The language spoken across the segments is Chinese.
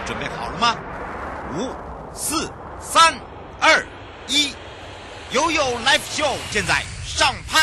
准备好了吗？5、4、3、2、1，悠悠 Live Show 现在上拍。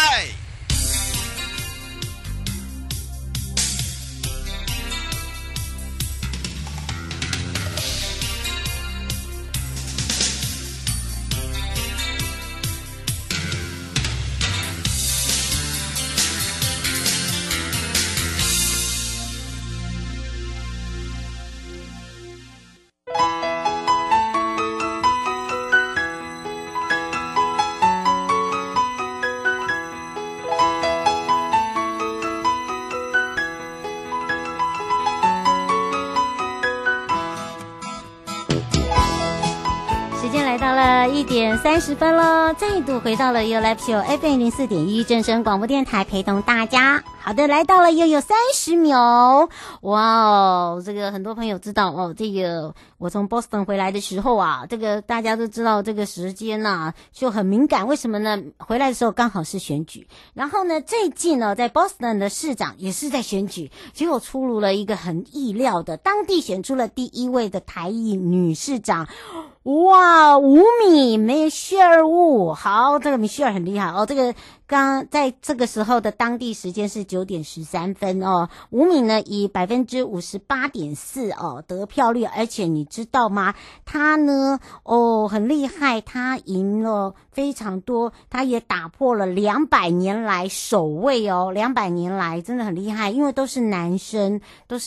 1点30分了，再度回到了悠悠 Live Show FM 04.1正声广播电台，陪同大家。好的，来到了悠悠30秒。哇哦，这个很多朋友知道哦，这个我从 Boston 回来的时候啊，这个大家都知道这个时间啊就很敏感，为什么呢？回来的时候刚好是选举，然后呢最近呢在 Boston 的市长也是在选举，结果出炉了一个很意料的，当地选出了第1位的台裔女市长。哇，吴米梅歇尔·好，这个米歇尔很厉害哦。这个刚在这个时候的当地时间是9点13分哦。吴米呢以 58.4% 哦得票率，而且你知道吗？他呢很厉害，他赢了非常多，他也打破了200年来首位哦，200年来真的很厉害，因为都是男生。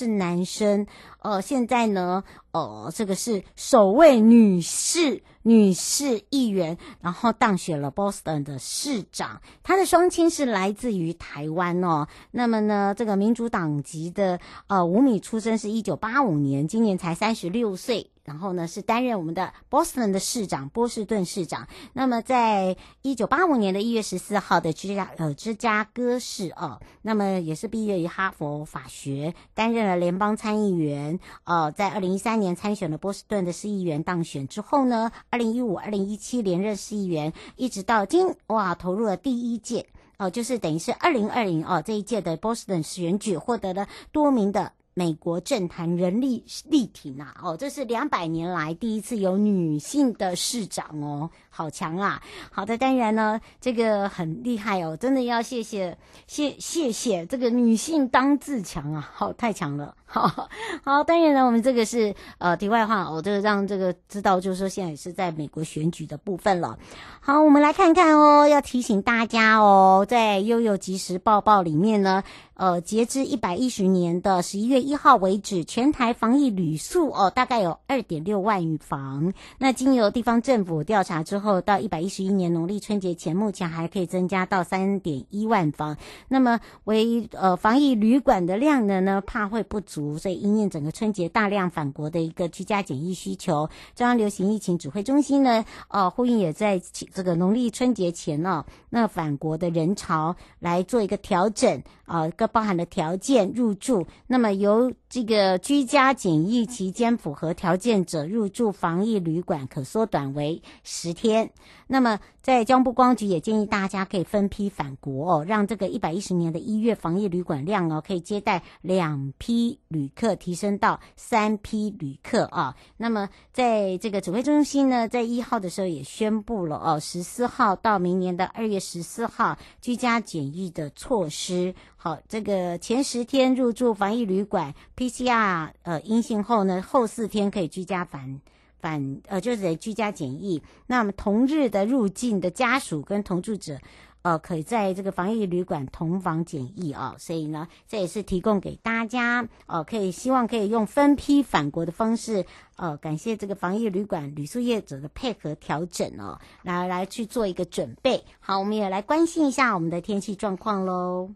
现在呢，这个是首位女士议员，然后当选了 Boston 的市长。她的双亲是来自于台湾哦。那么呢，这个民主党籍的吴米出生是1985年，今年才36岁。然后呢，是担任我们的 Boston 的市长，波士顿市长。那么在1985年的1月14号的芝加哥市那么也是毕业于哈佛法学，担任了联邦参议员。在2013年参选了波士顿的市议员，当选之后呢，2015、2017连任市议员，一直到投入了第1届。就是等于是2020这一届的波士顿选举，获得了多名的美国政坛人力挺这是200年来第一次有女性的市长哦，好强啊！好的，当然呢，这个很厉害哦，真的要谢谢这个女性当自强啊，好，太强了。好，当然呢，我们这个是题外话这个让这个知道，就是说现在也是在美国选举的部分了。好，我们来看看要提醒大家在悠悠即时报里面呢，截至110年的11月1号为止，全台防疫旅宿大概有 2.6 万房。那经由地方政府调查之后，到111年农历春节前，目前还可以增加到 3.1 万房。那么防疫旅馆的量呢怕会不足，所以因应整个春节大量返国的一个居家检疫需求，中央流行疫情指挥中心呢呼吁也在这个农历春节前那返国的人潮来做一个调整各包含的条件入住，那么由这个居家检疫期间符合条件者入住防疫旅馆可缩短为10天。那么在交通部观光局也建议大家可以分批返国让这个110年的1月防疫旅馆量可以接待2批旅客，提升到3批旅客那么在这个指挥中心呢，在1号的时候也宣布了14号到明年的2月14号居家检疫的措施。好，这个前10天入住防疫旅馆 PCR 阴性后呢，后4天可以居家就是得居家检疫。那么同日的入境的家属跟同住者可以在这个防疫旅馆同房检疫所以呢，这也是提供给大家希望可以用分批返国的方式感谢这个防疫旅馆旅宿业者的配合调整来去做一个准备。好，我们也来关心一下我们的天气状况咯。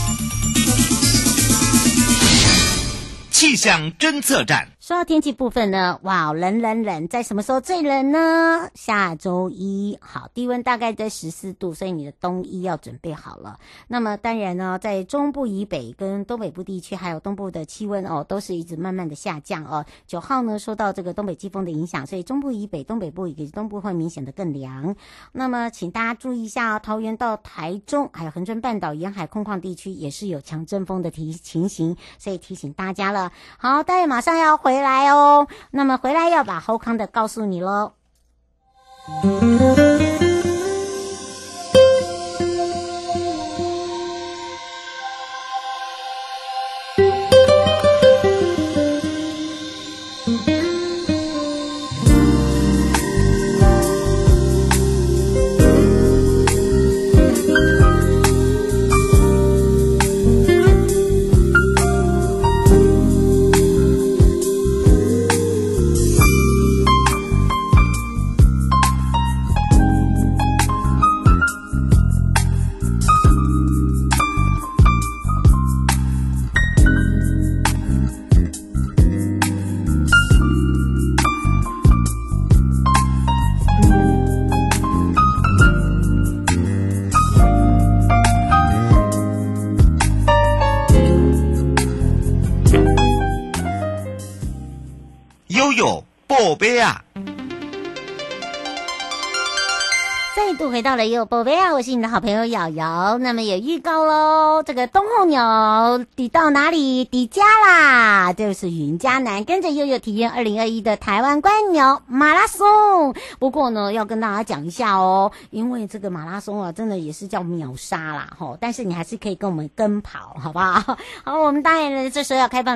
气象侦测站。 说到天气部分呢，哇，冷，在什么时候最冷呢？下周一，好，低温大概在14度，所以你的冬衣要准备好了。那么当然呢，在中部以北跟东北部地区，还有东部的气温都是一直慢慢的下降9号呢，受到这个东北季风的影响，所以中部以北、东北部以及东部会明显的更凉。那么请大家注意一下桃园到台中，还有恒春半岛沿海空旷地区也是有强阵风的情形，所以提醒大家了。好，大家马上要回回来哦。那么回来要把后康的告诉你咯。 悠悠宝贝啊， 再度回到了有宝贝啊，我是你的好朋友瑶瑶。那么也预告喽，这个冬候鸟抵到哪里？抵家啦，就是云嘉南，跟着悠悠体验2021的台湾观鸟马拉松。不过呢，要跟大家讲一下哦，因为这个马拉松啊，真的也是叫秒杀啦吼，但是你还是可以跟我们跟跑，好不好？好，我们当然呢，这时候要开放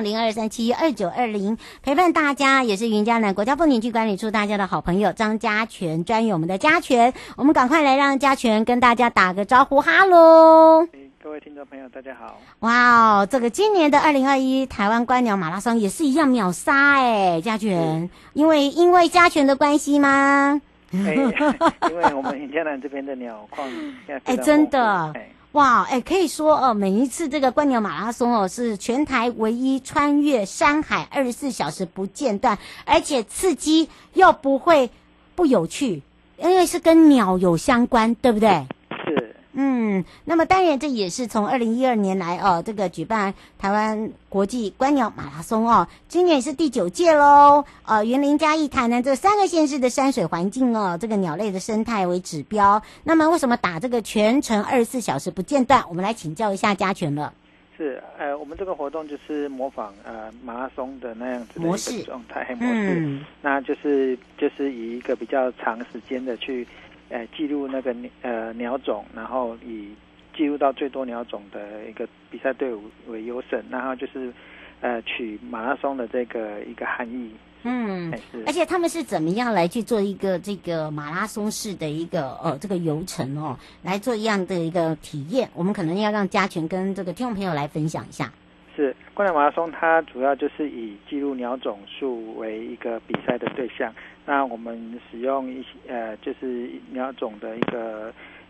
02372920，陪伴大家，也是云嘉南国家风景区管理处大家的好朋友张家全专员，我们的家全，我们赶快来让家全跟大家打个招呼，哈喽！ 各位听众朋友，大家好！ 哇哦，这个今年的2021台湾观鸟马拉松也是一样秒杀哎，家全，因为家全的关系吗？ 因为我们云嘉南这边的鸟况现在真的。哇，可以说哦，每一次这个观鸟马拉松哦，是全台唯一穿越山海24小时不间断，而且刺激又不会不有趣，因为是跟鸟有相关，对不对？ 是。 那么当然这也是从2012年来哦，这个举办台湾国际观鸟马拉松哦，今年是第9届喽。云林、嘉义、台南这3个县市的山水环境哦，这个鸟类的生态为指标。那么为什么打这个全程24小时不间断？我们来请教一下家全了。 是，我们这个活动就是模仿马拉松的那样子的模式状态模式，那就是以一个比较长时间的去记录那个鸟种，然后以记录到最多鸟种的一个比赛队伍为优胜，然后就是取马拉松的这个一个含义。 而且他们是怎么样来去做一个这个马拉松式的一个这个游程哦，来做一样的一个体验？我们可能要让家全跟这个听众朋友来分享一下。 是，观鸟马拉松它主要就是以记录鸟种数为一个比赛的对象。那我们使用就是鸟种的一个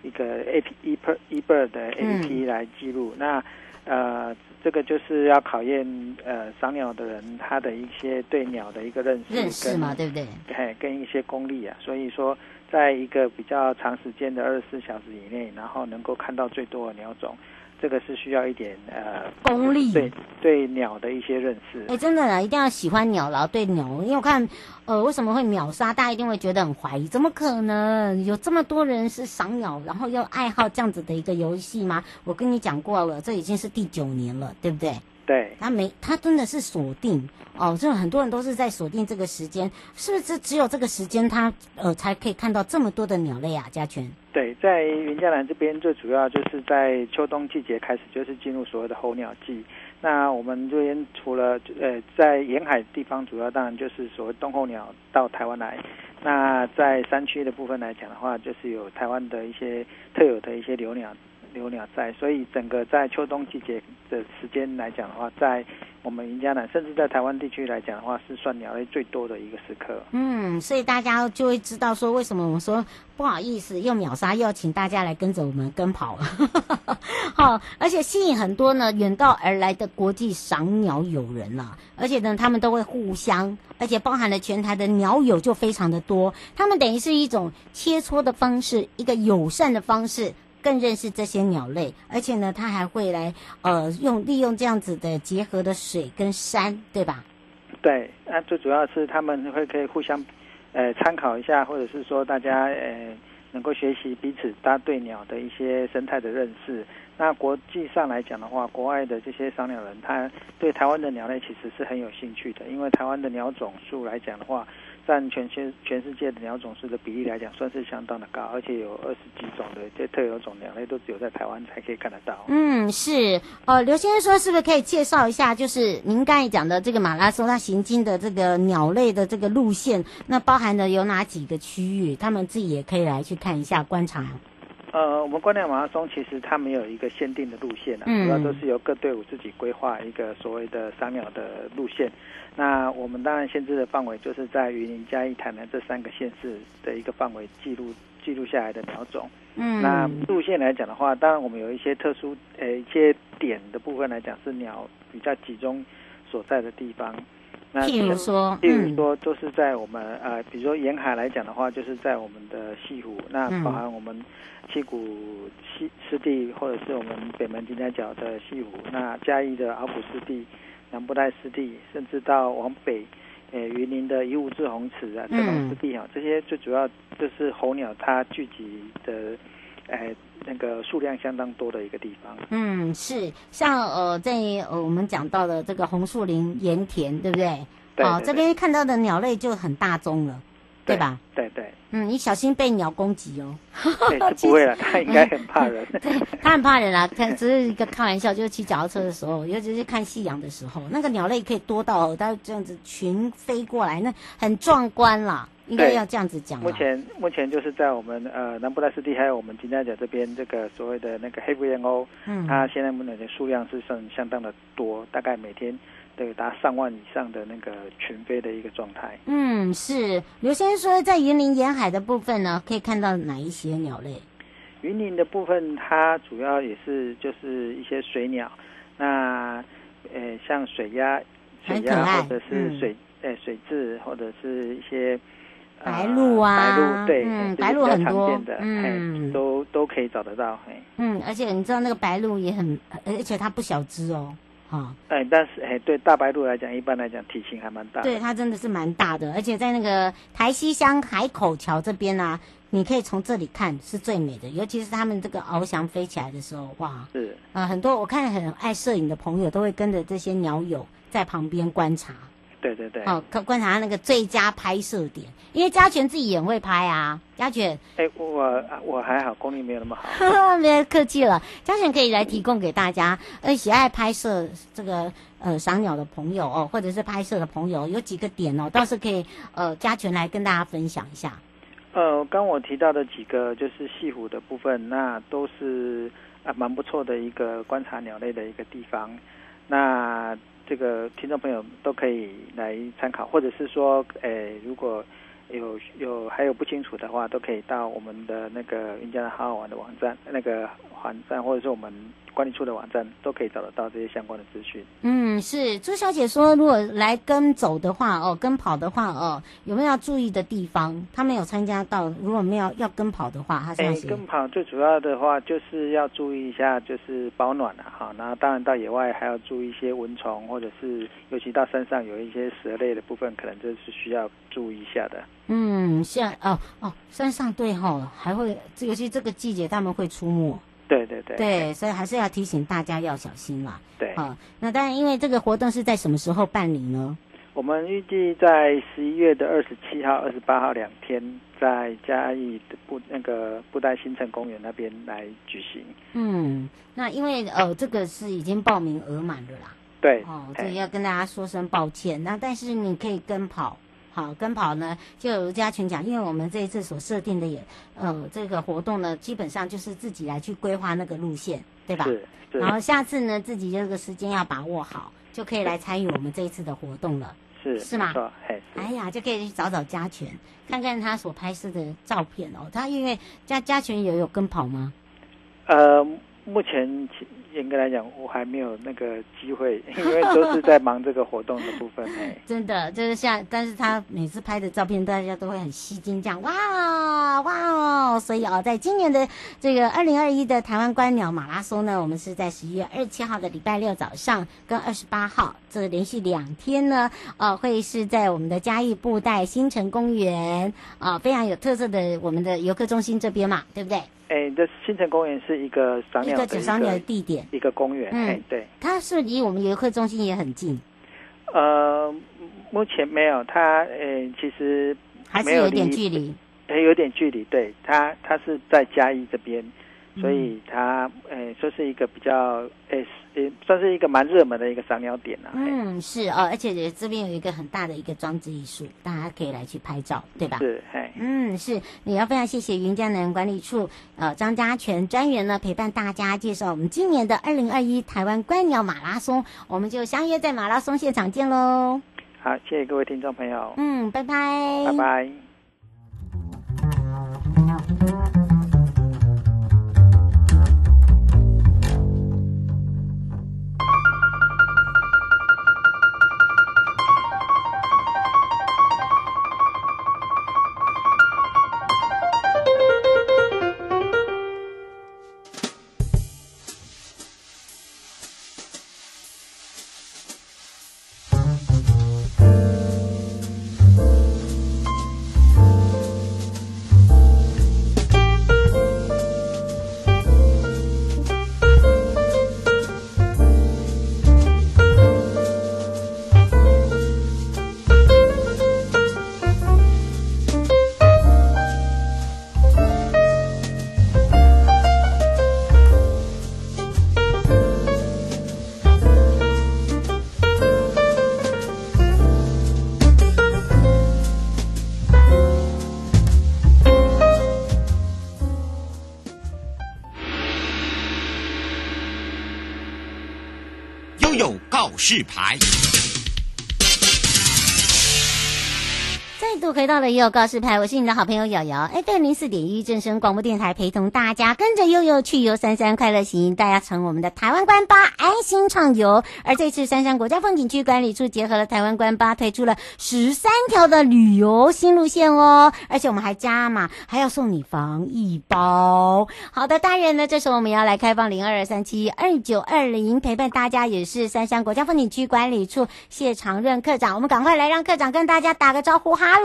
eBird 的 APP 来记录。那这个就是要考验赏鸟的人他的一些对鸟的一个认识嘛，对不对？ 跟一些功力啊。所以说，在一个比较长时间的24小时以内，然后能够看到最多的鸟种。这个是需要一点功力， 对鸟的一些认识。 真的啊，一定要喜欢鸟，然后对鸟，因为我看为什么会秒杀，大家一定会觉得很怀疑，怎么可能有这么多人是赏鸟，然后又爱好这样子的一个游戏吗？我跟你讲过了，这已经是第9年了，对不对？ 对， 他真的是锁定哦，这很多人都是在锁定这个时间，是不是只有这个时间他才可以看到这么多的鸟类啊？家全。 对，在云嘉南这边最主要就是在秋冬季节开始，就是进入所谓的候鸟季。那我们这边除了在沿海地方，主要当然就是所谓冬候鸟到台湾来。那在山区的部分来讲的话，就是有台湾的一些特有的一些留鸟在，所以整个在秋冬季节的时间来讲的话，在我们云嘉南甚至在台湾地区来讲的话，是算鸟类最多的一个时刻。 所以大家就会知道说为什么我们说不好意思又秒杀，又要请大家来跟着我们跟跑好，而且吸引很多呢远道而来的国际赏鸟友人啊，而且呢他们都会互相，而且包含了全台的鸟友就非常的多，他们等于是一种切磋的方式，一个友善的方式，更认识这些鸟类，而且呢他还会来利用这样子的结合的水跟山，对吧？ 对，那最主要是他们可以互相参考一下，或者是说大家能够学习彼此他对鸟的一些生态的认识， 那国际上来讲的话，国外的这些赏鸟人，他对台湾的鸟类其实是很有兴趣的，因为台湾的鸟种数来讲的话，占全世界的鸟种数的比例来讲，算是相当的高，而且有20几种的这特有种鸟类都只有在台湾才可以看得到。 是刘先生说，是不是可以介绍一下，就是您刚才讲的这个马拉松它行经的这个鸟类的这个路线，那包含的有哪几个区域，他们自己也可以来去看一下观察。 我们观鸟马拉松其实它没有一个限定的路线主要都是由各队伍自己规划一个所谓的赏鸟的路线。那我们当然限制的范围就是在云林、嘉义、台南这3个县市的一个范围记录下来的鸟种。那路线来讲的话，当然我们有一些特殊一些点的部分来讲是鸟比较集中所在的地方。那譬如说都是在我们比如说沿海来讲的话，就是在我们的西湖，那包含我们七股湿地，或者是我们北门金三角的西湖，那嘉义的鳌骨湿地、南部带湿地，甚至到往北云林的夷吾志洪池这种湿地这些最主要就是候鸟它聚集的那个数量相当多的一个地方。 是像在我们讲到的这个红树林盐田，对不对？ 对， 这边看到的鸟类就很大宗了，对吧？ 对。 你小心被鸟攻击哦。 对，是不会了，它应该很怕人。 对，它很怕人啦，它只是一个开玩笑，就是骑脚踏车的时候，尤其是看夕阳的时候，那个鸟类可以多到它这样子群飞过来，那很壮观啦。应该要这样子讲。 目前就是在我们南部带湿地还有我们金三角这边，这个所谓的那个黑腹燕鸥，它现在目前的数量是相当的多，大概每天都有达上万以上的那个群飞的一个状态。 是刘先生说，在云林沿海的部分呢，可以看到哪一些鸟类？ 云林的部分，它主要也是就是一些水鸟，那像水鸭或者是水蛭，或者是一些白鹭啊， 白鹭对， 白鹭很多， 都可以找得到。 而且你知道那个白鹭也很，而且它不小只哦。 但是对大白鹭来讲，一般来讲体型还蛮大的。 对，它真的是蛮大的，而且在那个台西乡海口桥这边啊，你可以从这里看是最美的，尤其是他们这个翱翔飞起来的时候，哇！ 是很多我看很爱摄影的朋友都会跟着这些鸟友在旁边观察。 对。 观察那个最佳拍摄点，因为嘉全自己也会拍啊。嘉全， 我还好，功力没有那么好。 没客气了，嘉全可以来提供给大家，喜爱拍摄这个赏鸟的朋友或者是拍摄的朋友，有几个点倒是可以嘉全来跟大家分享一下。 刚我提到的几个就是西湖的部分，那都是蛮不错的一个观察鸟类的一个地方。那这个听众朋友都可以来参考，或者是说，如果还有不清楚的话，都可以到我们的那个云嘉南好好玩的网站，那个网站，或者是我们管理处的网站，都可以找得到这些相关的资讯。 是朱小姐说，如果来跟走的话，跟跑的话，有没有要注意的地方？他们有参加到，如果没有要跟跑的话，他是跟跑最主要的话就是要注意一下，就是保暖然后当然到野外还要注意一些蚊虫，或者是尤其到山上有一些蛇类的部分，可能这是需要注意一下的。 像山上对还会，尤其这个季节他们会出没。对，所以还是要提醒大家要小心啦。 对， 那当然，因为这个活动是在什么时候办理呢？ 我们预计在11月的27号、28号2天，在嘉义的布袋新城公园那边来举行。 那因为这个是已经报名额满了啦。 对， 这要跟大家说声抱歉。那但是你可以跟跑。好，跟跑呢，就如嘉全讲，因为我们这一次所设定的这个活动呢，基本上就是自己来去规划那个路线，对吧？ 是。 然后下次呢，自己这个时间要把握好，就可以来参与我们这一次的活动了。是吗？哎呀，就可以去找找嘉全，看看他所拍摄的照片哦。他因为嘉全也有跟跑吗？ 目前严格来讲，我还没有那个机会，因为都是在忙这个活动的部分。 真的就是但是他每次拍的照片，大家都会很吸睛，这样哇！所以在今年的这个2021的台湾观鸟马拉松呢，我们是在11月27号的礼拜六早上跟28号这连续2天呢，会是在我们的嘉义布袋新城公园非常有特色的我们的游客中心这边嘛，对不对？ 这新城公园是一个赏鸟的赏鸟的地点， 一个公园。对， 它是离我们游客中心也很近。 目前没有，它其实还是有点距离， 有点距离。对，它是在嘉义这边，所以它说是一个比较算是一个蛮热门的一个赏鸟点啊。 是哦，而且这边有一个很大的一个装置艺术，大家可以来去拍照，对吧？ 是， 是。也要非常谢谢云嘉南管理处张家全专员呢陪伴大家介绍我们今年的2021台湾观鸟马拉松，我们就相约在马拉松现场见喽。 好，谢谢各位听众朋友。 拜拜。 拜拜。 告示牌。 再度回到了悠悠告示牌，我是你的好朋友瑶瑶 FM04.1正声广播电台，陪同大家跟着悠悠去游三山快乐行，大家乘我们的台湾观巴安心畅游。而这次三山国家风景区管理处结合了台湾观巴，推出了13条的旅游新路线哦，而且我们还加码，还要送你防疫包。好的，当然呢，这时候我们要来开放02372920，陪伴大家也是三山国家风景区管理处谢长润科长，我们赶快来让科长跟大家打个招呼，哈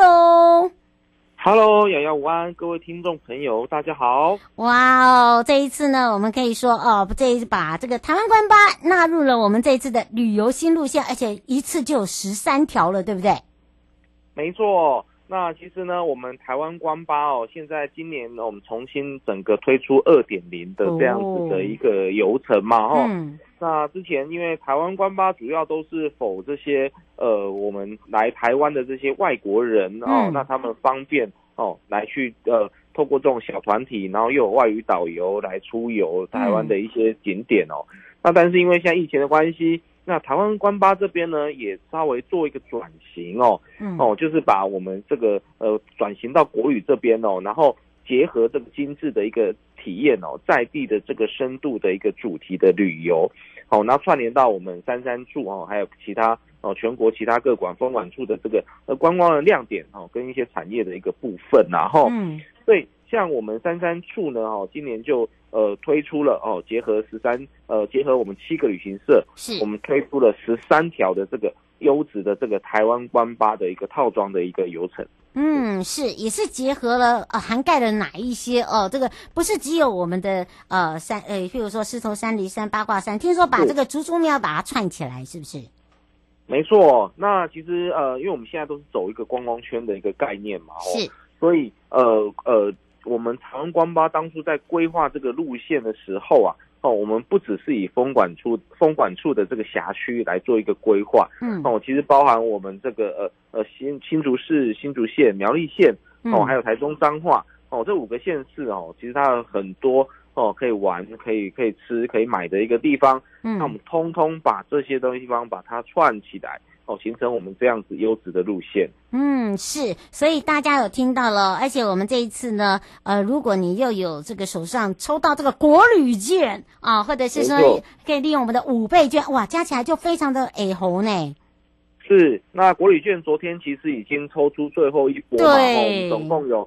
Hello， 瑶瑶午安，各位听众朋友，大家好。 哇哦，这一次呢，我们可以说这一次把这个台湾观巴纳入了我们这一次的旅游新路线，而且一次就有13条了，对不对？ 没错。那其实呢，我们台湾观巴现在今年呢，我们重新整个推出 2.0 的这样子的一个游程嘛，那之前因为台湾观巴主要都是否这些我们来台湾的这些外国人那他们方便来去透过这种小团体，然后又有外语导游来出游台湾的一些景点那但是因为现在疫情的关系，那台湾观巴这边呢也稍微做一个转型就是把我们这个转型到国旅这边然后结合这个精致的一个体验在地的这个深度的一个主题的旅游然后串联到我们三山处还有其他全国其他各风管处的这个观光的亮点跟一些产业的一个部分所以像我们三山处呢今年就推出了结合我们7个旅行社，我们推出了13条的这个优质的这个台湾观巴的一个套装的一个游程。 也是结合了涵盖了哪一些这个不是只有我们的譬如说狮头山、梨山、八卦山，听说把这个竹竹苗把它串起来，是不是？ 没错。那其实因为我们现在都是走一个观光圈的一个概念嘛， 是， 所以我们台湾观巴当初在规划这个路线的时候我们不只是以风管处的这个辖区来做一个规划，其实包含我们这个新竹市、新竹县、苗栗县还有台中彰化这5个县市其实它有很多可以玩、可以吃、可以买的一个地方，那我们通通把这些地方把它串起来形成我们这样子优质的路线。 是，所以大家有听到了，而且我们这一次呢，如果你又有这个手上抽到这个国旅券或者是说可以利用我们的5倍券，哇，加起来就非常的红呢。 是，那国旅券昨天其实已经抽出最后一波嘛，我们总共有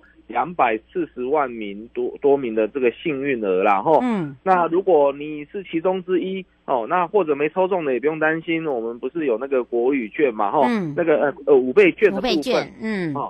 240万多名的这个幸运儿啦那如果你是其中之一那或者没抽中的也不用担心，我们不是有那个国旅券嘛那个5倍券的部分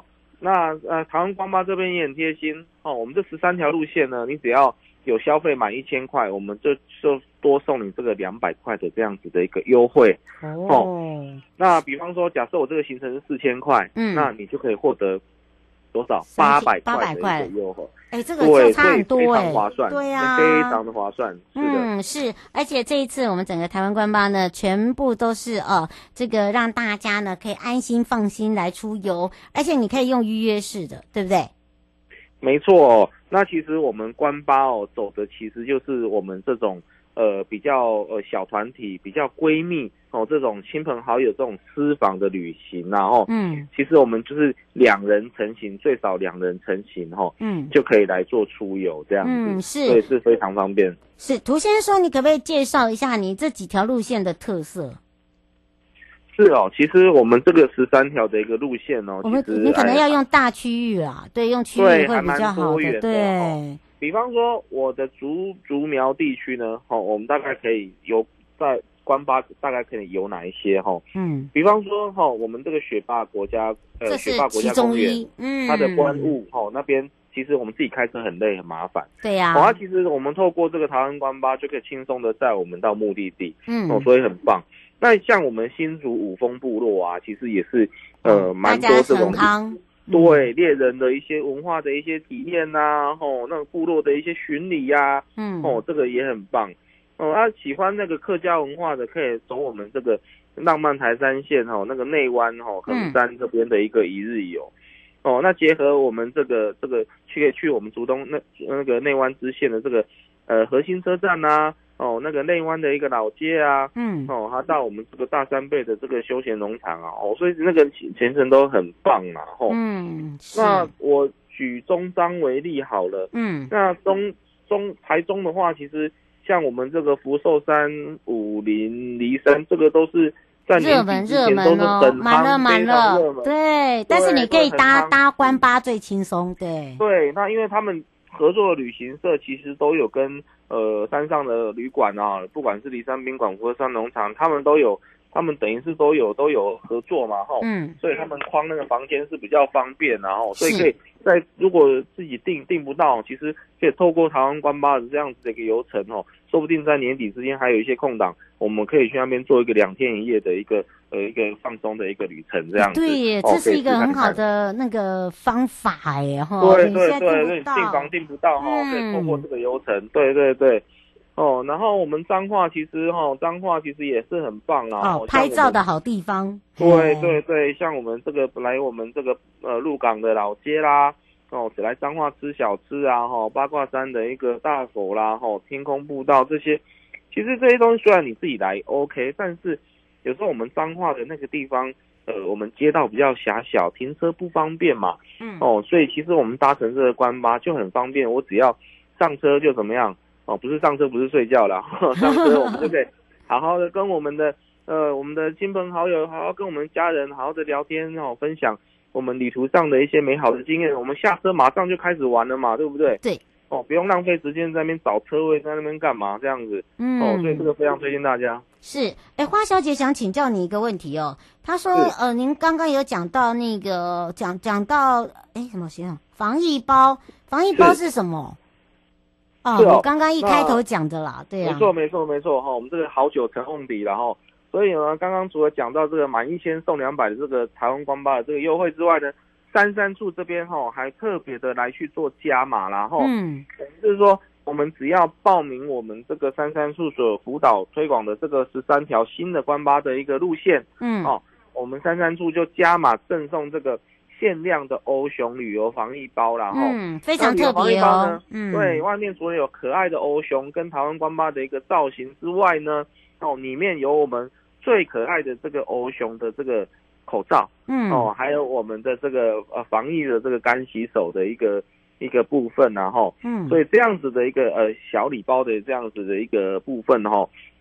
那台湾光巴这边也很贴心哦，我们这13条路线呢，你只要有消费满1000块，我们就多送你这个200块的这样子的一个优惠哦。那比方说，假设我这个行程是4000块，那你就可以获得多少？800块的一个优惠。 这个就差很多非常划算， 对呀， 非常的划算，是的， 是，而且这一次我们整个台湾观巴呢，全部都是这个让大家呢可以安心放心来出游，而且你可以用预约式的，对不对？ 没错，那其实我们观巴走的其实就是我们这种比较小团体、比较闺蜜这种亲朋好友这种私房的旅行其实我们就是2人成行，最少2人成行就可以来做出游这样子，所以是非常方便。 是，涂先生，你可不可以介绍一下你这几条路线的特色？ 是其实我们这个13条的一个路线你可能要用大区域啊，对，用区域会比较好的，对。 比方说我的竹苗地区呢，我们大概可以游在观巴，大概可以游哪一些比方说我们这个雪霸国家公园，它的观雾那边其实我们自己开车很累很麻烦， 对呀。 那其实我们透过这个台湾观巴就可以轻松的载我们到目的地，所以很棒。那像我们新竹五峰部落啊，其实也是蛮多这种对猎人的一些文化的一些体验呐，那个部落的一些巡礼呀，这个也很棒。喜欢那个客家文化的，可以走我们这个浪漫台山线那个内湾横山这边的一个一日游。那结合我们这个去我们竹东那个内湾支线的这个核心车站呐。那个内湾的一个老街啊，它到我们这个大山背的这个休闲农场啊，所以那个行程都很棒嘛，那我举中彰为例好了，那台中的话，其实像我们这个福寿山、武陵、梨山，这个都是在年底之前都是满了， 对，但是你可以搭观巴最轻松， 对，那因为他们合作的旅行社其实都有跟山上的旅馆啊，不管是梨山宾馆或者山农场，他们等于是都有合作嘛，所以他们框那个房间是比较方便，然后所以可以如果自己订不到，其实可以透过台湾观巴的这样子的一个游程说不定在年底之间还有一些空档，我们可以去那边做一个2天1夜的一个放松的一个旅程这样子。 对耶，这是一个很好的那个方法耶对，订房订不到可以透过这个游程，对。然后我们彰化其实也是很棒啦， 拍照的好地方。 对，像我们这个来我们这个鹿港的老街啦，来彰化吃小吃啊，八卦山的一个大佛啦，天空步道这些，其实这些东西虽然你自己来 OK， 但是有时候我们彰化的那个地方，我们街道比较狭小，停车不方便嘛，所以其实我们搭乘这个观巴就很方便，我只要上车就怎么样。不是上车不是睡觉啦，上车我们就可以好好的跟我们的亲朋好友，好好跟我们家人好好的聊天分享我们旅途上的一些美好的经验。我们下车马上就开始玩了嘛，对不对？ 对。 不用浪费时间在那边找车位，在那边干嘛这样子？所以这个非常推荐大家。 是，花小姐想请教你一个问题她说您刚刚有讲到那个讲到什么形容防疫包是什么？我刚刚一开头讲的啦，对啊， 没错我们这个好酒成瓮底，然后所以呢，刚刚除了讲到这个满1000送200的这个台湾观巴的这个优惠之外呢，三山处这边还特别的来去做加码啦，就是说我们只要报名我们这个三山处所辅导推广的这个13条新的观巴的一个路线，我们三山处就加码赠送这个限量的欧熊旅游防疫包啦， 非常特别对，外面除了有可爱的欧熊跟台湾观巴的一个造型之外呢，里面有我们最可爱的这个欧熊的这个口罩，还有我们的这个防疫的这个干洗手的一个部分，然后，所以这样子的一个小礼包的这样子的一个部分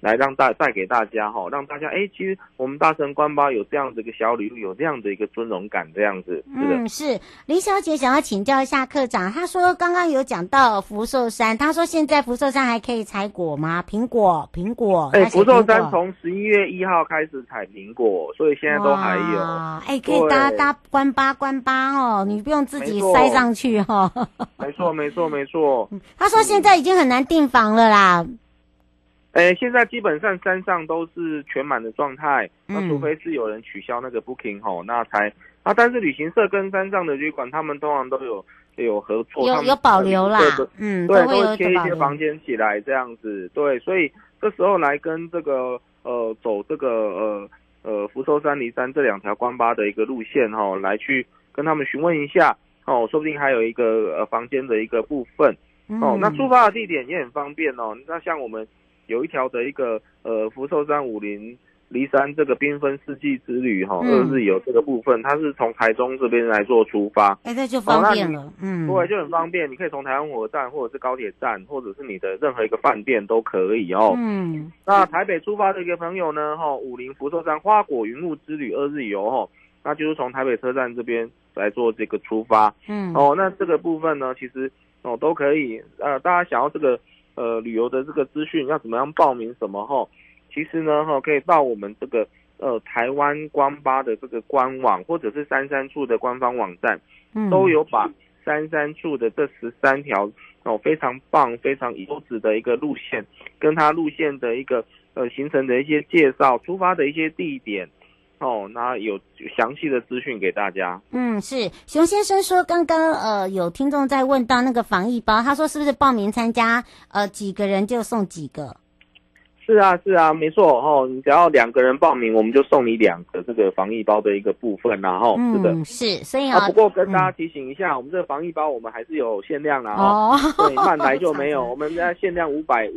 来带给大家让大家其实我们大神关巴有这样的一个小礼物，有这样的一个尊荣感，这样子。 是林小姐想要请教一下科长，她说刚刚有讲到福寿山，她说现在福寿山还可以采果吗？苹果。 福寿山从11月1号开始采苹果，所以现在都还有。 可以搭关巴你不用自己塞上去没错。 她说现在已经很难订房了啦。 现在基本上山上都是全满的状态，那除非是有人取消那个 booking 那才但是旅行社跟山上的旅馆他们通常都有合作， 有保留啦， 对，都会贴一些房间起来这样子，对，所以这时候来跟这个走这个福寿山、梨山这2条关巴的一个路线来去跟他们询问一下说不定还有一个房间的一个部分那出发的地点也很方便那像我们有一条的一个福寿山武陵梨山这个缤纷四季之旅2日游这个部分，它是从台中这边来做出发， 这就方便了， 对，就很方便。你可以从台湾火车站或者是高铁站，或者是你的任何一个饭店都可以那台北出发的一个朋友呢武陵福寿山花果云雾之旅2日游那就是从台北车站这边来做这个出发那这个部分呢其实都可以大家想要这个旅游的这个资讯要怎么样报名什么其实呢可以到我们这个台湾关巴的这个官网，或者是三山处的官方网站都有把三山处的这13条非常棒非常优质的一个路线，跟它路线的一个行程的一些介绍，出发的一些地点那有详细的资讯给大家。 是熊先生说刚刚有听众在问到那个防疫包，他说是不是报名参加几个人就送几个？ 是啊，没错你只要2个人报名，我们就送你2个这个防疫包的一个部分啦是的， 是，所以不过跟大家提醒一下，我们这个防疫包我们还是有限量啦对，慢来就没有，我们在限量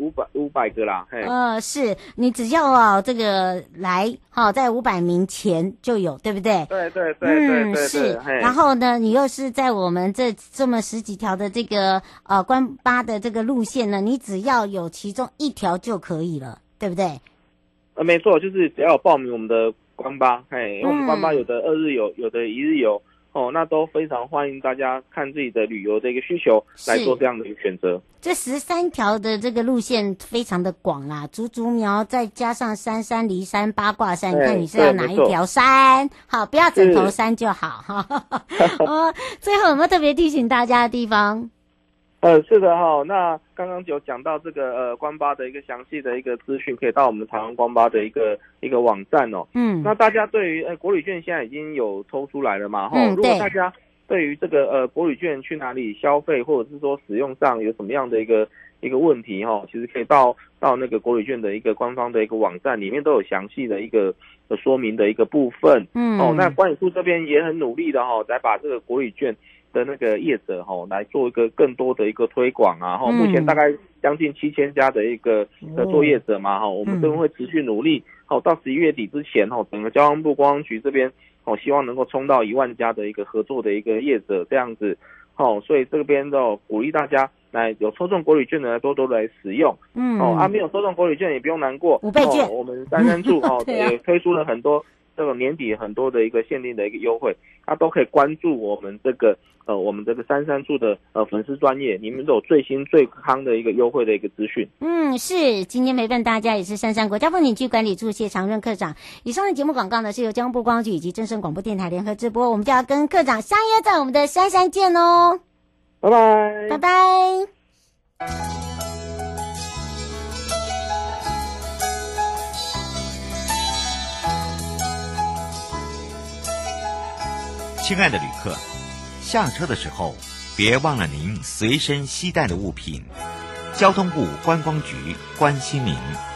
500个啦。 是你只要这个来在500名前就有，对不对？ 对， 是。然后呢，你又是在我们这么10几条的这个关巴的这个路线呢，你只要有其中1条就可以了。对不对？ 没错，就是只要有报名我们的关巴，因为我们关巴有的2日游，有的1日游，那都非常欢迎大家看自己的旅游的一个需求来做这样的一个选择。 这13条的这个路线非常的广啦，竹苗再加上山山、梨山、八卦山，看你是要哪一条山？好，不要枕头山就好最后有没有特别提醒大家的地方？ 是的那刚刚有讲到这个关巴的一个详细的一个资讯，可以到我们台湾关巴的一个网站那大家对于国旅券现在已经有抽出来了嘛如果大家对于这个国旅券去哪里消费，或者是说使用上有什么样的一个问题其实可以到那个国旅券的一个官方的一个网站里面都有详细的一个说明的一个部分那管理处这边也很努力的来把这个国旅券的那个业者来做一个更多的一个推广目前大概将近7000家的一个作业者嘛我们这边会持续努力到11月底之前整个交通部观光局这边希望能够冲到1万家的一个合作的一个业者这样子所以这边鼓励大家来有抽中国旅券的多多来使用没有抽中国旅券也不用难过 5倍券我们三山处也推出了很多这个年底很多的一个限定的一个优惠都可以关注我们这个三山处的粉丝专页，你们都有最新最夯的一个优惠的一个资讯。 是今天陪伴大家也是杉山国家风景区管理处谢长任科长。以上的节目广告呢是由交通部观光局以及正声广播电台联合直播，我们就要跟科长相约在我们的杉山见哦。 拜拜， 拜拜。 亲爱的旅客，下车的时候别忘了您随身携带的物品。交通部观光局关心您。